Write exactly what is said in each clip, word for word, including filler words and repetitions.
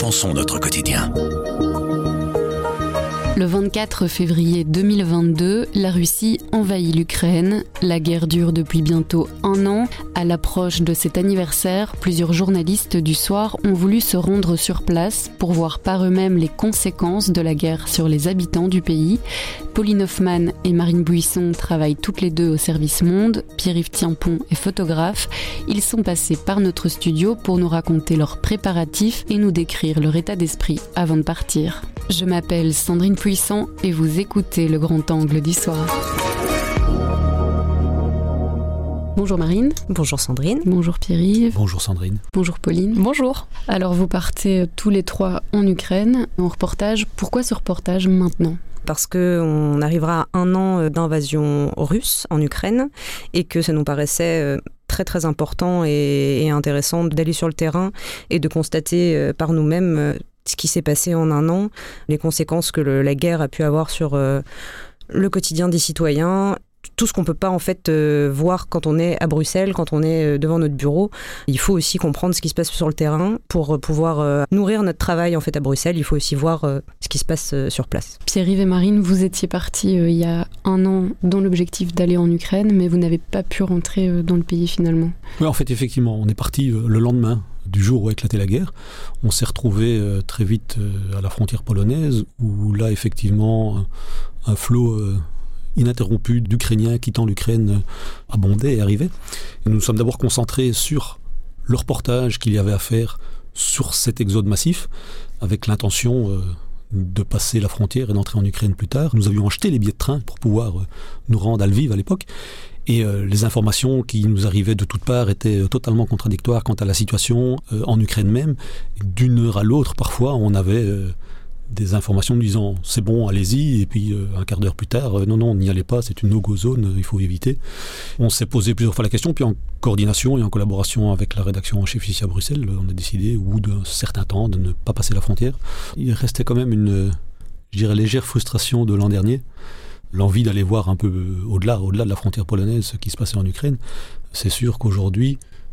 repensons notre quotidien. Le vingt-quatre février deux mille vingt-deux, la Russie envahit l'Ukraine. La guerre dure depuis bientôt un an. À l'approche de cet anniversaire, plusieurs journalistes du Soir ont voulu se rendre sur place pour voir par eux-mêmes les conséquences de la guerre sur les habitants du pays. Pauline Hoffmann et Marine Buisson travaillent toutes les deux au service Monde. Pierre-Yves Tiampon est photographe. Ils sont passés par notre studio pour nous raconter leurs préparatifs et nous décrire leur état d'esprit avant de partir. Je m'appelle Sandrine Puissant et vous écoutez Le Grand Angle du Soir. Bonjour Marine. Bonjour Sandrine. Bonjour Pierre-Yves. Bonjour Sandrine. Bonjour Pauline. Bonjour. Alors vous partez tous les trois en Ukraine, en reportage. Pourquoi ce reportage maintenant ? Parce qu'on arrivera à un an d'invasion russe en Ukraine et que ça nous paraissait très très important et, et intéressant d'aller sur le terrain et de constater par nous-mêmes ce qui s'est passé en un an, les conséquences que le, la guerre a pu avoir sur euh, le quotidien des citoyens, tout ce qu'on ne peut pas en fait euh, voir quand on est à Bruxelles, quand on est euh, devant notre bureau. Il faut aussi comprendre ce qui se passe sur le terrain pour euh, pouvoir euh, nourrir notre travail en fait à Bruxelles. Il faut aussi voir euh, ce qui se passe euh, sur place. Pierre-Yves et Marine, vous étiez partis euh, il y a un an dans l'objectif d'aller en Ukraine, mais vous n'avez pas pu rentrer euh, dans le pays finalement. Oui, en fait, effectivement, on est parti euh, le lendemain du jour où a éclaté la guerre. On s'est retrouvé euh, très vite euh, à la frontière polonaise, où là, effectivement, un, un flot euh, ininterrompu d'Ukrainiens quittant l'Ukraine euh, abondait et arrivait. Et nous nous sommes d'abord concentrés sur le reportage qu'il y avait à faire sur cet exode massif, avec l'intention euh, de passer la frontière et d'entrer en Ukraine plus tard. Nous avions acheté les billets de train pour pouvoir euh, nous rendre à Lviv à l'époque. Et euh, les informations qui nous arrivaient de toutes parts étaient euh, totalement contradictoires quant à la situation euh, en Ukraine même. D'une heure à l'autre, parfois, on avait euh, des informations nous disant « c'est bon, allez-y », et puis euh, un quart d'heure plus tard, euh, « non, non, n'y allez pas, c'est une no-go zone, euh, il faut éviter ». On s'est posé plusieurs fois la question, puis en coordination et en collaboration avec la rédaction en chef ici à Bruxelles, on a décidé, au bout d'un certain temps, de ne pas passer la frontière. Il restait quand même une, je dirais, légère frustration de l'an dernier, l'envie d'aller voir un peu au-delà, au-delà de la frontière polonaise ce qui se passait en Ukraine. C'est sûr qu'aujourd'hui,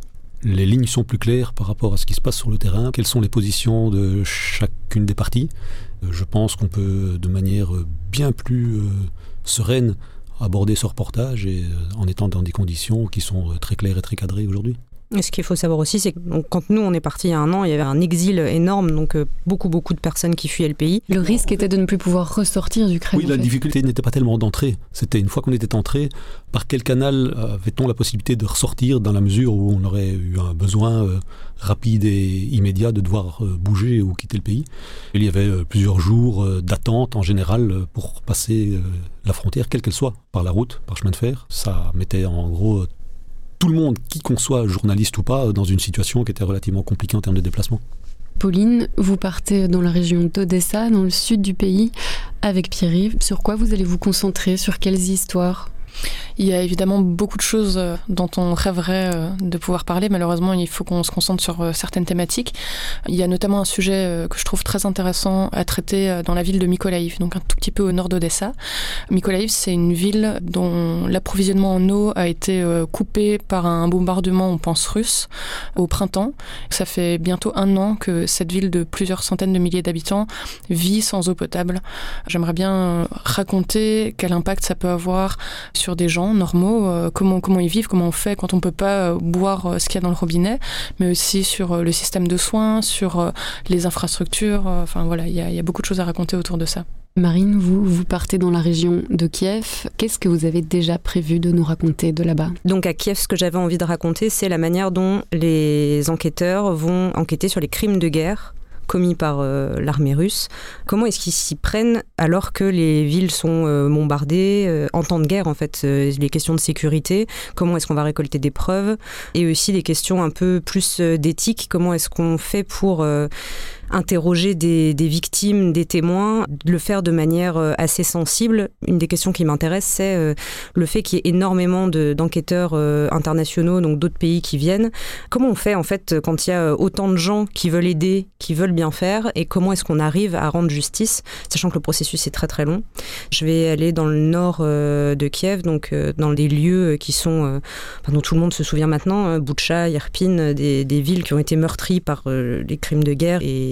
les lignes sont plus claires par rapport à ce qui se passe sur le terrain. Quelles sont les positions de chacune des parties ? Je pense qu'on peut, de manière bien plus euh, sereine, aborder ce reportage et, euh, en étant dans des conditions qui sont très claires et très cadrées aujourd'hui. Et ce qu'il faut savoir aussi, c'est que donc, quand nous, on est partis il y a un an, il y avait un exil énorme, donc euh, beaucoup, beaucoup de personnes qui fuyaient le pays. Le risque était de ne plus pouvoir ressortir d'Ukraine. Oui, la fait. difficulté n'était pas tellement d'entrer. C'était une fois qu'on était entré, par quel canal avait-on la possibilité de ressortir dans la mesure où on aurait eu un besoin euh, rapide et immédiat de devoir euh, bouger ou quitter le pays. Il y avait euh, plusieurs jours euh, d'attente en général euh, pour passer euh, la frontière, quelle qu'elle soit, par la route, par chemin de fer. Ça mettait en gros euh, tout le monde, qui qu'on soit, journaliste ou pas, dans une situation qui était relativement compliquée en termes de déplacement. Pauline, vous partez dans la région d'Odessa, dans le sud du pays, avec Pierre-Yves. Sur quoi vous allez vous concentrer ? Sur quelles histoires ? Il y a évidemment beaucoup de choses dont on rêverait de pouvoir parler. Malheureusement, il faut qu'on se concentre sur certaines thématiques. Il y a notamment un sujet que je trouve très intéressant à traiter dans la ville de Mykolaïv, donc un tout petit peu au nord d'Odessa. Mykolaïv, c'est une ville dont l'approvisionnement en eau a été coupé par un bombardement, on pense, russe, au printemps. Ça fait bientôt un an que cette ville de plusieurs centaines de milliers d'habitants vit sans eau potable. J'aimerais bien raconter quel impact ça peut avoir sur des gens normaux, euh, comment, comment ils vivent, comment on fait quand on ne peut pas euh, boire euh, ce qu'il y a dans le robinet, mais aussi sur euh, le système de soins, sur euh, les infrastructures. Euh, enfin voilà, il y, y a beaucoup de choses à raconter autour de ça. Marine, vous, vous partez dans la région de Kiev. Qu'est-ce que vous avez déjà prévu de nous raconter de là-bas ? Donc à Kiev, ce que j'avais envie de raconter, c'est la manière dont les enquêteurs vont enquêter sur les crimes de guerre commis par euh, l'armée russe. Comment est-ce qu'ils s'y prennent alors que les villes sont euh, bombardées, euh, en temps de guerre en fait, euh, les questions de sécurité, comment est-ce qu'on va récolter des preuves, et aussi des questions un peu plus euh, d'éthique, comment est-ce qu'on fait pour euh, interroger des, des victimes, des témoins, le faire de manière euh, assez sensible. Une des questions qui m'intéresse, c'est euh, le fait qu'il y ait énormément de, d'enquêteurs euh, internationaux, donc d'autres pays qui viennent. Comment on fait en fait quand il y a autant de gens qui veulent aider, qui veulent bien faire, et comment est-ce qu'on arrive à rendre justice, sachant que le processus est très très long. Je vais aller dans le nord euh, de Kiev, donc euh, dans des lieux qui sont, euh, enfin, dont tout le monde se souvient maintenant, euh, Boutcha, Irpin, des, des villes qui ont été meurtries par euh, les crimes de guerre et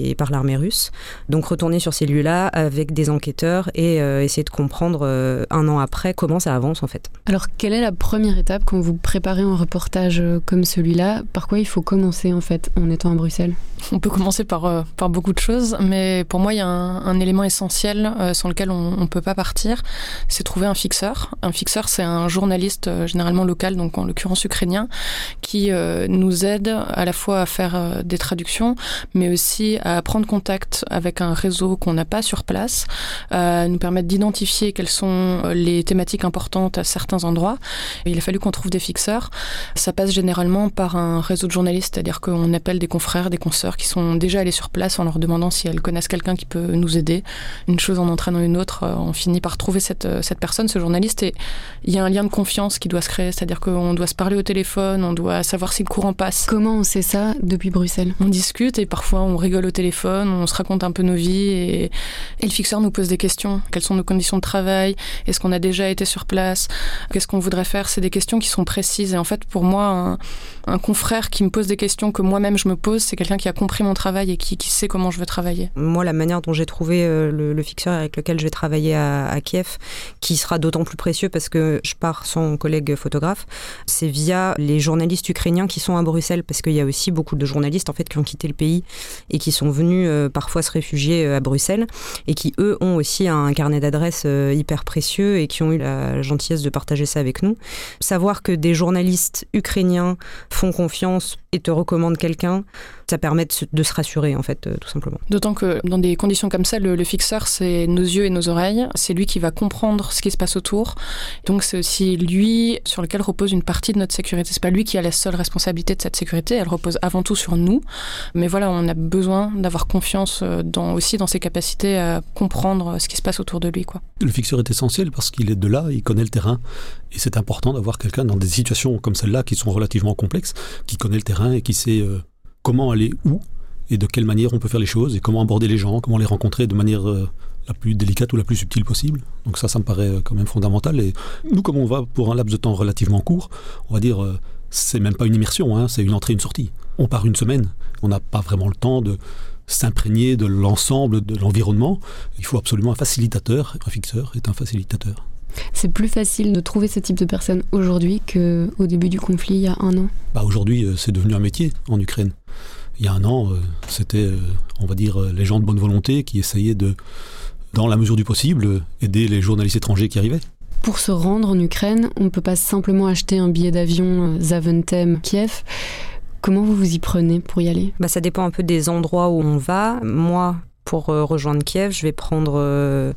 les, par l'armée russe. Donc retourner sur ces lieux-là avec des enquêteurs et euh, essayer de comprendre euh, un an après comment ça avance en fait. Alors quelle est la première étape quand vous préparez un reportage comme celui-là ? Par quoi il faut commencer en fait en étant à Bruxelles ? On peut commencer par, euh, par beaucoup de choses, mais pour moi il y a un, un élément essentiel euh, sans lequel on ne peut pas partir, c'est trouver un fixeur. Un fixeur, c'est un journaliste euh, généralement local, donc en l'occurrence ukrainien, qui euh, nous aide à la fois à faire euh, des traductions, mais aussi à prendre contact avec un réseau qu'on n'a pas sur place, à nous permettre d'identifier quelles sont les thématiques importantes à certains endroits. Et il a fallu qu'on trouve des fixeurs. Ça passe généralement par un réseau de journalistes, c'est-à-dire qu'on appelle des confrères, des consoeurs qui sont déjà allés sur place en leur demandant si elles connaissent quelqu'un qui peut nous aider. Une chose en entraînant une autre, on finit par trouver cette, cette personne, ce journaliste, et il y a un lien de confiance qui doit se créer, c'est-à-dire qu'on doit se parler au téléphone, on doit savoir si le courant passe. Comment on sait ça depuis Bruxelles ? On discute et parfois on rigole au téléphone, on se raconte un peu nos vies et, et le fixeur nous pose des questions. Quelles sont nos conditions de travail ? Est-ce qu'on a déjà été sur place ? Qu'est-ce qu'on voudrait faire ? C'est des questions qui sont précises et en fait pour moi un, un confrère qui me pose des questions que moi-même je me pose, c'est quelqu'un qui a compris mon travail et qui, qui sait comment je veux travailler. Moi, la manière dont j'ai trouvé euh, le, le fixeur avec lequel je vais travailler à, à Kiev, qui sera d'autant plus précieux parce que je pars sans collègue photographe, c'est via les journalistes ukrainiens qui sont à Bruxelles, parce qu'il y a aussi beaucoup de journalistes en fait qui ont quitté le pays et qui sont venus euh, parfois se réfugier euh, à Bruxelles et qui eux ont aussi un carnet d'adresses euh, hyper précieux et qui ont eu la gentillesse de partager ça avec nous. Savoir que des journalistes ukrainiens font confiance et te recommandent quelqu'un, ça permet de se, de se rassurer en fait, euh, tout simplement. D'autant que dans des conditions comme ça, le, le fixeur, c'est nos yeux et nos oreilles. C'est lui qui va comprendre ce qui se passe autour. Donc c'est aussi lui sur lequel repose une partie de notre sécurité. C'est pas lui qui a la seule responsabilité de cette sécurité. Elle repose avant tout sur nous. Mais voilà, on a besoin d'avoir confiance dans, aussi dans ses capacités à comprendre ce qui se passe autour de lui, quoi. Le fixeur est essentiel parce qu'il est de là, il connaît le terrain. Et c'est important d'avoir quelqu'un dans des situations comme celle-là qui sont relativement complexes, qui connaît le terrain et qui sait euh, comment aller où et de quelle manière on peut faire les choses et comment aborder les gens, comment les rencontrer de manière euh, la plus délicate ou la plus subtile possible. Donc ça, ça me paraît quand même fondamental. Et nous, comme on va pour un laps de temps relativement court, on va dire, euh, c'est même pas une immersion, hein, c'est une entrée, une sortie. On part une semaine, on n'a pas vraiment le temps de s'imprégner de l'ensemble de l'environnement. Il faut absolument un facilitateur. Un fixeur est un facilitateur. C'est plus facile de trouver ce type de personnes aujourd'hui qu'au début du conflit, il y a un an. Bah aujourd'hui, c'est devenu un métier en Ukraine. Il y a un an, c'était, on va dire, les gens de bonne volonté qui essayaient de, dans la mesure du possible, aider les journalistes étrangers qui arrivaient. Pour se rendre en Ukraine, on ne peut pas simplement acheter un billet d'avion Zaventem-Kiev. Comment vous vous y prenez pour y aller ? Bah, ça dépend un peu des endroits où on va. Moi, pour euh, rejoindre Kiev, je vais prendre euh,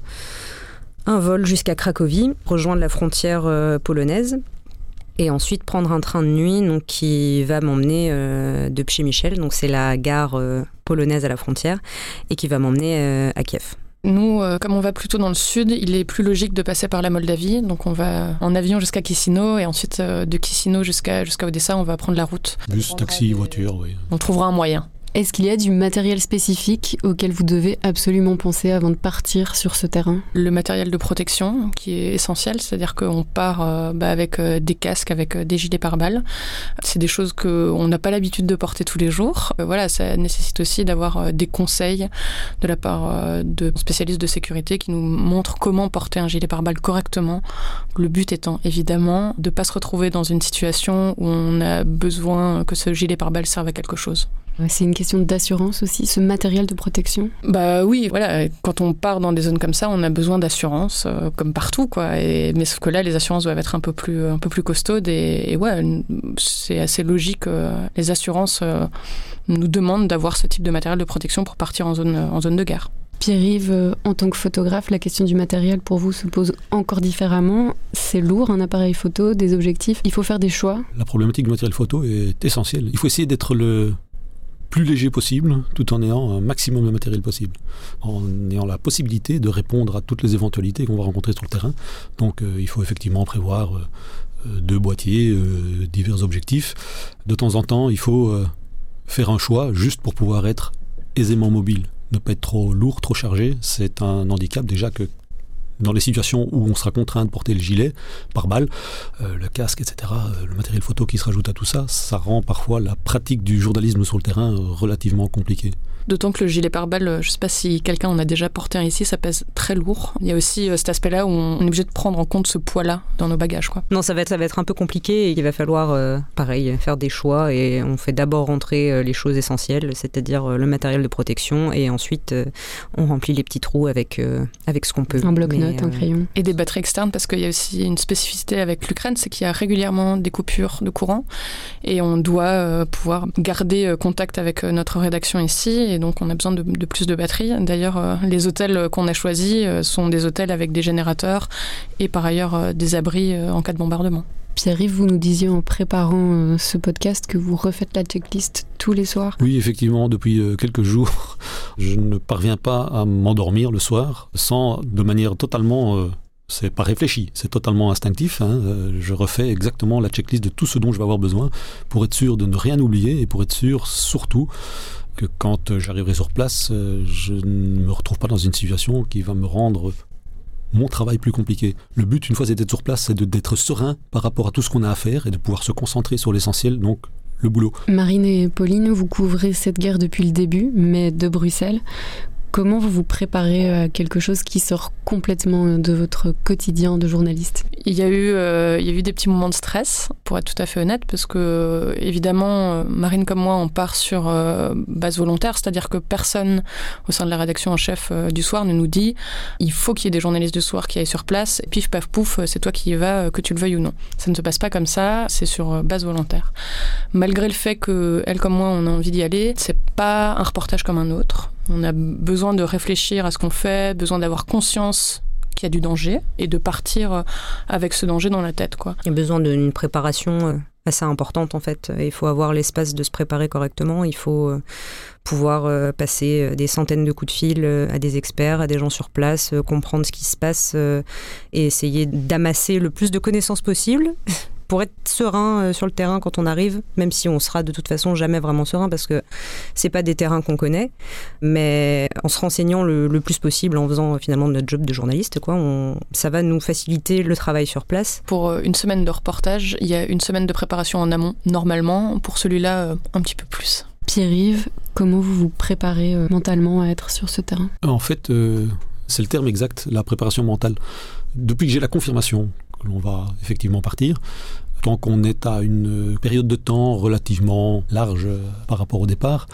un vol jusqu'à Cracovie, rejoindre la frontière euh, polonaise, et ensuite prendre un train de nuit donc, qui va m'emmener euh, de Przemyśl, donc c'est la gare euh, polonaise à la frontière, et qui va m'emmener euh, à Kiev. Nous, euh, comme on va plutôt dans le sud, il est plus logique de passer par la Moldavie. Donc on va en avion jusqu'à Chisinau et ensuite euh, de Chisinau jusqu'à, jusqu'à Odessa, on va prendre la route. Bus, taxi, voiture, oui. On trouvera un moyen. Est-ce qu'il y a du matériel spécifique auquel vous devez absolument penser avant de partir sur ce terrain ? Le matériel de protection qui est essentiel, c'est-à-dire qu'on part euh, bah, avec euh, des casques, avec euh, des gilets pare-balles. C'est des choses qu'on n'a pas l'habitude de porter tous les jours. Euh, voilà, ça nécessite aussi d'avoir euh, des conseils de la part euh, de spécialistes de sécurité qui nous montrent comment porter un gilet pare-balles correctement. Le but étant évidemment de ne pas se retrouver dans une situation où on a besoin que ce gilet pare-balles serve à quelque chose. C'est une question d'assurance aussi, ce matériel de protection ? Bah oui, voilà. Quand on part dans des zones comme ça, on a besoin d'assurance, euh, comme partout, quoi. Et, mais sauf que là, les assurances doivent être un peu plus, un peu plus costaudes. Et, et ouais, c'est assez logique. Euh, les assurances euh, nous demandent d'avoir ce type de matériel de protection pour partir en zone, en zone de guerre. Pierre-Yves, en tant que photographe, la question du matériel pour vous se pose encore différemment. C'est lourd, un appareil photo, des objectifs. Il faut faire des choix. La problématique du matériel photo est essentielle. Il faut essayer d'être le plus léger possible, tout en ayant un maximum de matériel possible, en ayant la possibilité de répondre à toutes les éventualités qu'on va rencontrer sur le terrain. Donc euh, il faut effectivement prévoir euh, deux boîtiers, euh, divers objectifs. De temps en temps, il faut euh, faire un choix juste pour pouvoir être aisément mobile. Ne pas être trop lourd, trop chargé, c'est un handicap déjà que dans les situations où on sera contraint de porter le gilet pare-balles, euh, le casque, et cetera, euh, le matériel photo qui se rajoute à tout ça, ça rend parfois la pratique du journalisme sur le terrain euh, relativement compliquée. D'autant que le gilet pare-balles, je ne sais pas si quelqu'un en a déjà porté un ici, ça pèse très lourd. Il y a aussi euh, cet aspect-là où on est obligé de prendre en compte ce poids-là dans nos bagages, quoi. Non, ça va être, ça va être un peu compliqué et il va falloir, euh, pareil, faire des choix et on fait d'abord rentrer euh, les choses essentielles, c'est-à-dire euh, le matériel de protection et ensuite euh, on remplit les petits trous avec, euh, avec ce qu'on peut. Un bloc-notes, Mais, un euh, crayon. Et des batteries externes, parce qu'il y a aussi une spécificité avec l'Ukraine, c'est qu'il y a régulièrement des coupures de courant et on doit euh, pouvoir garder euh, contact avec euh, notre rédaction ici et donc on a besoin de de plus de batteries. D'ailleurs, euh, les hôtels qu'on a choisis euh, sont des hôtels avec des générateurs et par ailleurs euh, des abris euh, en cas de bombardement. Pierre-Yves, vous nous disiez en préparant euh, ce podcast que vous refaites la checklist tous les soirs. Oui, effectivement, depuis euh, quelques jours, je ne parviens pas à m'endormir le soir sans, de manière totalement... Euh, c'est pas réfléchi, c'est totalement instinctif. Hein. Euh, je refais exactement la checklist de tout ce dont je vais avoir besoin pour être sûr de ne rien oublier et pour être sûr, surtout, que quand j'arriverai sur place, je ne me retrouve pas dans une situation qui va me rendre mon travail plus compliqué. Le but, une fois d'être sur place, c'est de, d'être serein par rapport à tout ce qu'on a à faire et de pouvoir se concentrer sur l'essentiel, donc le boulot. Marine et Pauline, vous couvrez cette guerre depuis le début, mais de Bruxelles. Comment vous vous préparez à quelque chose qui sort complètement de votre quotidien de journaliste ? Il y a eu, euh, il y a eu des petits moments de stress, pour être tout à fait honnête, parce que, évidemment, Marine comme moi, on part sur euh, base volontaire, c'est-à-dire que personne au sein de la rédaction en chef euh, du soir ne nous dit il faut qu'il y ait des journalistes du soir qui aillent sur place, et pif, paf, pouf, c'est toi qui y vas, que tu le veuilles ou non. Ça ne se passe pas comme ça, c'est sur base volontaire. Malgré le fait qu'elle comme moi, on a envie d'y aller, c'est pas un reportage comme un autre. On a besoin de réfléchir à ce qu'on fait, besoin d'avoir conscience qu'il y a du danger et de partir avec ce danger dans la tête, quoi. Il y a besoin d'une préparation assez importante en fait. Il faut avoir l'espace de se préparer correctement. Il faut pouvoir passer des centaines de coups de fil à des experts, à des gens sur place, comprendre ce qui se passe et essayer d'amasser le plus de connaissances possible pour être serein sur le terrain quand on arrive, même si on sera de toute façon jamais vraiment serein parce que c'est pas des terrains qu'on connaît, mais en se renseignant le, le plus possible, en faisant finalement notre job de journaliste, quoi, on, ça va nous faciliter le travail sur place. Pour une semaine de reportage, il y a une semaine de préparation en amont, normalement. Pour celui-là, un petit peu plus. Pierre-Yves, comment vous vous préparez euh, mentalement à être sur ce terrain ? En fait, euh, c'est le terme exact, la préparation mentale. Depuis que j'ai la confirmation que l'on va effectivement partir, tant qu'on est à une période de temps relativement large euh, par rapport au départ,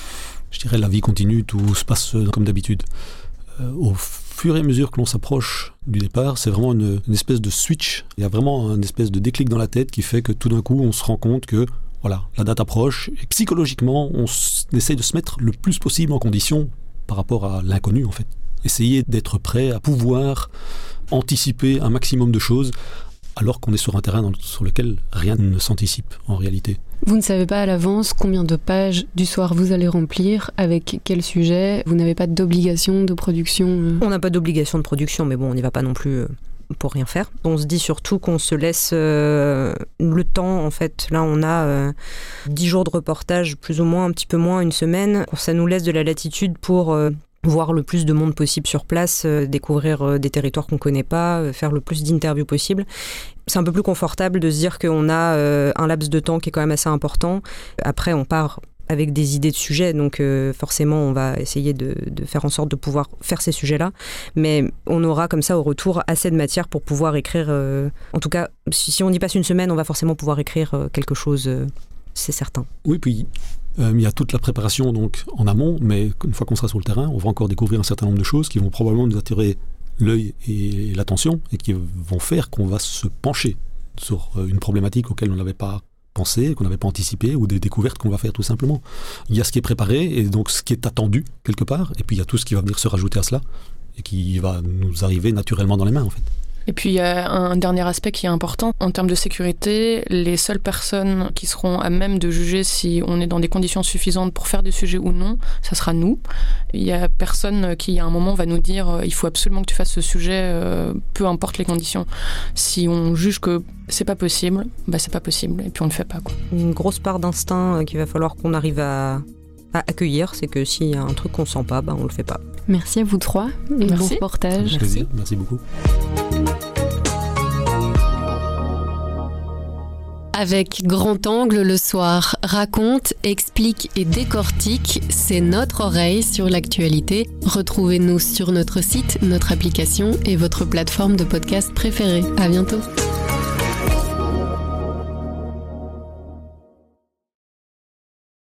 je dirais la vie continue, tout se passe comme d'habitude. Euh, au fur et à mesure que l'on s'approche du départ, c'est vraiment une, une espèce de switch. Il y a vraiment une espèce de déclic dans la tête qui fait que tout d'un coup, on se rend compte que voilà, la date approche et psychologiquement, on s- essaye de se mettre le plus possible en condition par rapport à l'inconnu en fait. Essayer d'être prêt à pouvoir anticiper un maximum de choses alors qu'on est sur un terrain dans, sur lequel rien ne s'anticipe en réalité. Vous ne savez pas à l'avance combien de pages du soir vous allez remplir, avec quel sujet. Vous n'avez pas d'obligation de production. Euh... On n'a pas d'obligation de production, mais bon, on n'y va pas non plus... Euh... pour rien faire. On se dit surtout qu'on se laisse euh, le temps, en fait. Là, on a euh, dix jours de reportage, plus ou moins, un petit peu moins, une semaine. Ça nous laisse de la latitude pour euh, voir le plus de monde possible sur place, euh, découvrir euh, des territoires qu'on ne connaît pas, euh, faire le plus d'interviews possible. C'est un peu plus confortable de se dire qu'on a euh, un laps de temps qui est quand même assez important. Après, on part avec des idées de sujets, donc euh, forcément on va essayer de, de faire en sorte de pouvoir faire ces sujets-là, mais on aura comme ça au retour assez de matière pour pouvoir écrire, euh, en tout cas si, si on y passe une semaine, on va forcément pouvoir écrire euh, quelque chose, euh, c'est certain. Oui, puis euh, il y a toute la préparation donc, en amont, mais une fois qu'on sera sur le terrain, on va encore découvrir un certain nombre de choses qui vont probablement nous attirer l'œil et l'attention et qui vont faire qu'on va se pencher sur une problématique auquel on n'avait pas pensé, qu'on n'avait pas anticipé, ou des découvertes qu'on va faire tout simplement. Il y a ce qui est préparé et donc ce qui est attendu quelque part, et puis il y a tout ce qui va venir se rajouter à cela et qui va nous arriver naturellement dans les mains en fait. Et puis il y a un dernier aspect qui est important. En termes de sécurité, les seules personnes qui seront à même de juger si on est dans des conditions suffisantes pour faire des sujets ou non, ça sera nous. Il y a personne qui à un moment va nous dire il faut absolument que tu fasses ce sujet, euh, peu importe les conditions. Si on juge que c'est pas possible, bah c'est pas possible et puis on le fait pas, quoi. Une grosse part d'instinct qu'il va falloir qu'on arrive à à accueillir, c'est que s'il y a un truc qu'on sent pas, bah, on le fait pas. Merci à vous trois et bon Merci. reportage. Merci. Merci beaucoup. Avec Grand Angle le soir, raconte, explique et décortique, c'est notre oreille sur l'actualité. Retrouvez-nous sur notre site, notre application et votre plateforme de podcast préférée. À bientôt.